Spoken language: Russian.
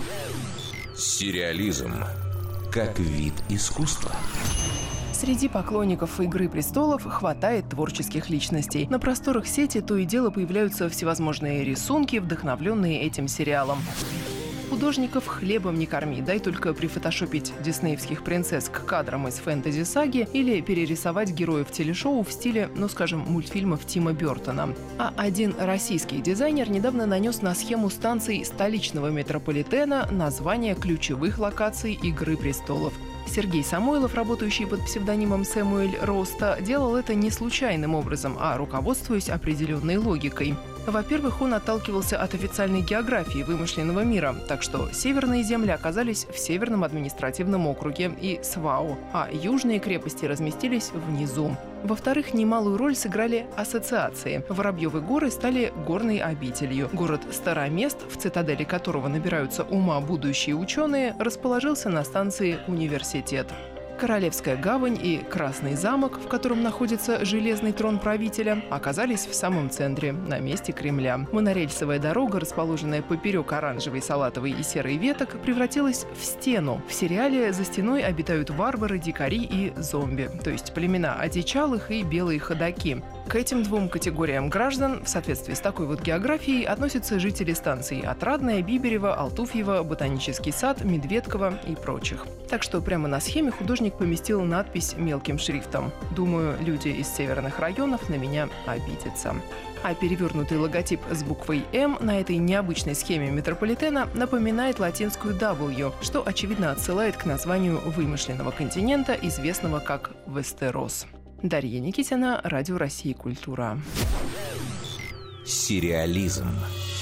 Сериализм как вид искусства. Среди поклонников «Игры престолов» хватает творческих личностей. На просторах сети то и дело появляются всевозможные рисунки, вдохновленные этим сериалом. Художников хлебом не корми, дай только прифотошопить диснеевских принцесс к кадрам из фэнтези-саги или перерисовать героев телешоу в стиле, скажем, мультфильмов Тима Бёртона. А один российский дизайнер недавно нанес на схему станций столичного метрополитена название ключевых локаций «Игры престолов». Сергей Самойлов, работающий под псевдонимом Сэмюэль Роста, делал это не случайным образом, а руководствуясь определенной логикой. Во-первых, он отталкивался от официальной географии вымышленного мира, так что северные земли оказались в Северном административном округе и СВАО, а южные крепости разместились внизу. Во-вторых, немалую роль сыграли ассоциации. Воробьевы горы стали горной обителью. Город Старомест, в цитадели которого набираются ума будущие ученые, расположился на станции «Университет». Королевская гавань и Красный замок, в котором находится железный трон правителя, оказались в самом центре, на месте Кремля. Монорельсовая дорога, расположенная поперек оранжевой, салатовой и серой веток, превратилась в стену. В сериале за стеной обитают варвары, дикари и зомби, то есть племена одичалых и белые ходаки. К этим двум категориям граждан в соответствии с такой вот географией относятся жители станций Отрадное, Биберево, Алтуфьево, Ботанический сад, Медведково и прочих. Так что прямо на схеме художник поместил надпись мелким шрифтом. Думаю, люди из северных районов на меня обидятся. А перевернутый логотип с буквой «М» на этой необычной схеме метрополитена напоминает латинскую W, что, очевидно, отсылает к названию вымышленного континента, известного как Вестерос. Дарья Никитина, Радио России «Культура». Сериализм